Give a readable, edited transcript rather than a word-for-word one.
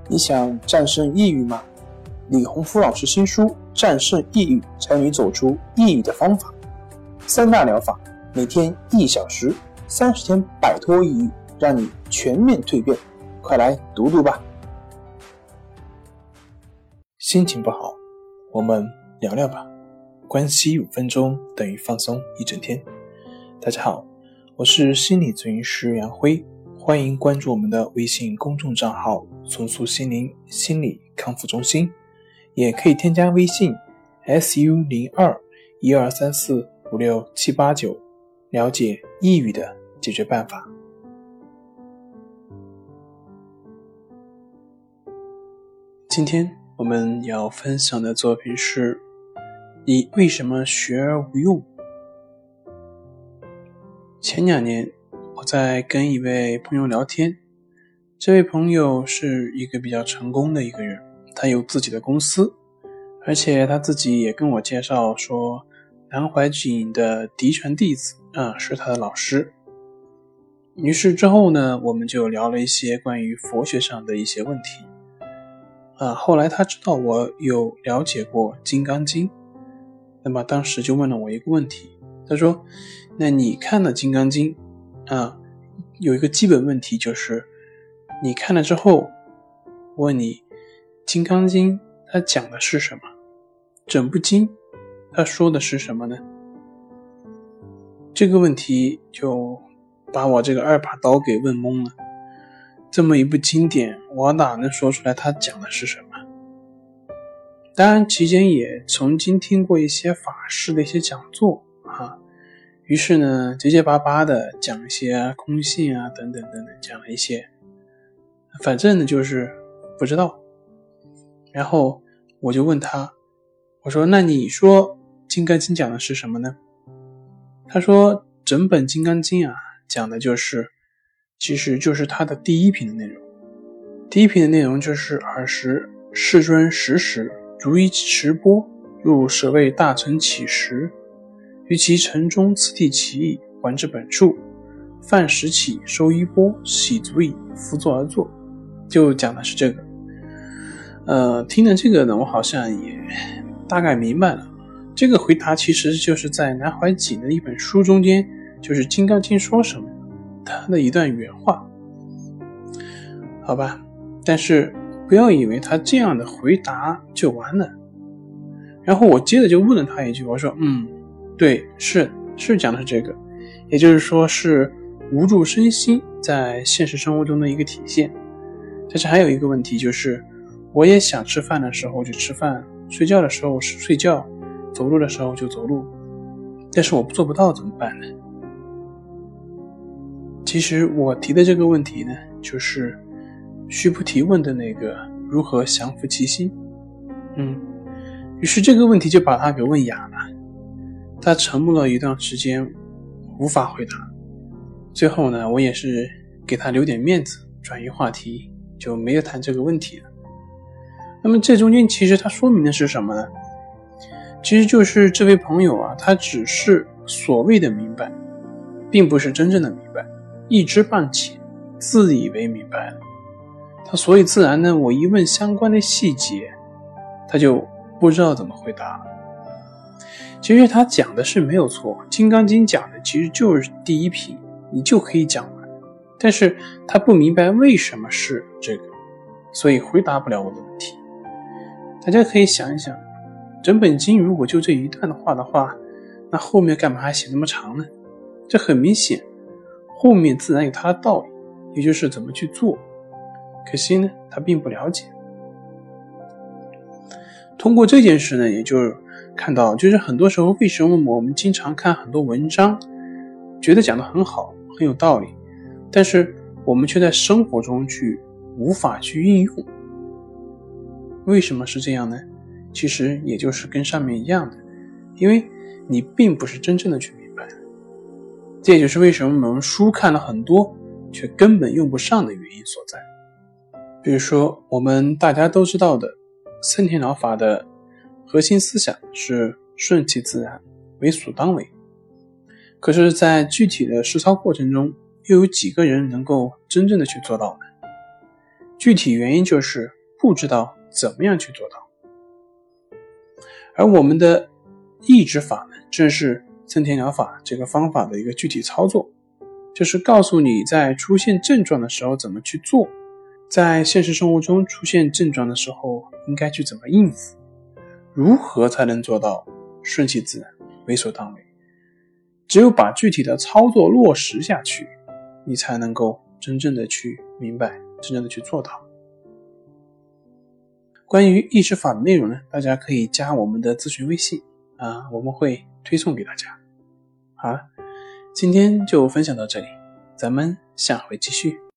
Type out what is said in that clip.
你想战胜抑郁吗？李洪福老师新书《战胜抑郁，教你走出抑郁的方法》，3大疗法，每天1小时，30天摆脱抑郁，让你全面蜕变。快来读读吧。心情不好，我们聊聊吧。关系5分钟等于放松1整天。大家好，我是心理咨询师杨辉，欢迎关注我们的微信公众账号重塑心灵心理康复中心，也可以添加微信 SU02-1234-56789 了解抑郁的解决办法。今天我们要分享的作品是你为什么学而无用？前2年我在跟一位朋友聊天，这位朋友是一个比较成功的一个人，他有自己的公司，而且他自己也跟我介绍说南怀瑾的嫡传弟子是他的老师。于是之后呢，我们就聊了一些关于佛学上的一些问题。后来他知道我有了解过《金刚经》，那么当时就问了我一个问题，他说那你看了《金刚经》有一个基本问题，就是你看了之后，我问你《金刚经》它讲的是什么？整部经它说的是什么呢？这个问题就把我这个2把刀给问懵了。这么一部经典，我哪能说出来它讲的是什么？当然期间也曾经听过一些法师的一些讲座于是呢结结巴巴的讲一些空性等等等等，讲了一些，反正呢就是不知道。然后我就问他，我说那你说金刚经讲的是什么呢？他说整本金刚经讲的其实就是它的第1品的内容。第1品的内容就是尔时世尊时时如一持钵入舍卫大乘起时，于其城中次第其意，还至本处，饭食起收衣钵，洗足矣，复坐而坐。就讲的是这个。听了这个呢，我好像也大概明白了。这个回答其实就是在南怀瑾的一本书中间，就是《金刚经》说什么他的一段原话，好吧？但是不要以为他这样的回答就完了。然后我接着就问了他一句，我说对，是讲的是这个，也就是说是无住身心在现实生活中的一个体现。但是还有一个问题，就是我也想吃饭的时候就吃饭，睡觉的时候是睡觉，走路的时候就走路，但是我做不到怎么办呢？其实我提的这个问题呢，就是须菩提问的那个如何降伏其心。于是这个问题就把他给问哑了，他沉默了一段时间无法回答。最后呢，我也是给他留点面子，转移话题，就没有谈这个问题了。那么这中间其实他说明的是什么呢？其实就是这位朋友他只是所谓的明白，并不是真正的明白，一知半解，自以为明白了。他所以自然呢，我一问相关的细节，他就不知道怎么回答了。其实他讲的是没有错，《金刚经》讲的其实就是第1品，你就可以讲完。但是他不明白为什么是这个，所以回答不了我的问题。大家可以想一想，整本经如果就这一段的话，那后面干嘛还写那么长呢？这很明显，后面自然有它的道理，也就是怎么去做。可惜呢，他并不了解。通过这件事呢，也就看到，就是很多时候为什么我们经常看很多文章，觉得讲得很好，很有道理，但是我们却在生活中无法去运用。为什么是这样呢？其实也就是跟上面一样的，因为你并不是真正的去明白。这也就是为什么我们书看了很多，却根本用不上的原因所在。比如说我们大家都知道的森田疗法的核心思想是顺其自然，为所当为。可是在具体的实操过程中，又有几个人能够真正的去做到呢？具体原因就是不知道怎么样去做到。而我们的抑制法呢，正是增田疗法这个方法的一个具体操作，就是告诉你在出现症状的时候怎么去做，在现实生活中出现症状的时候应该去怎么应付，如何才能做到顺其自然，为所当为。只有把具体的操作落实下去，你才能够真正的去明白，真正的去做到。关于抑制法的内容呢，大家可以加我们的咨询微信我们会推送给大家。好了，今天就分享到这里，咱们下回继续。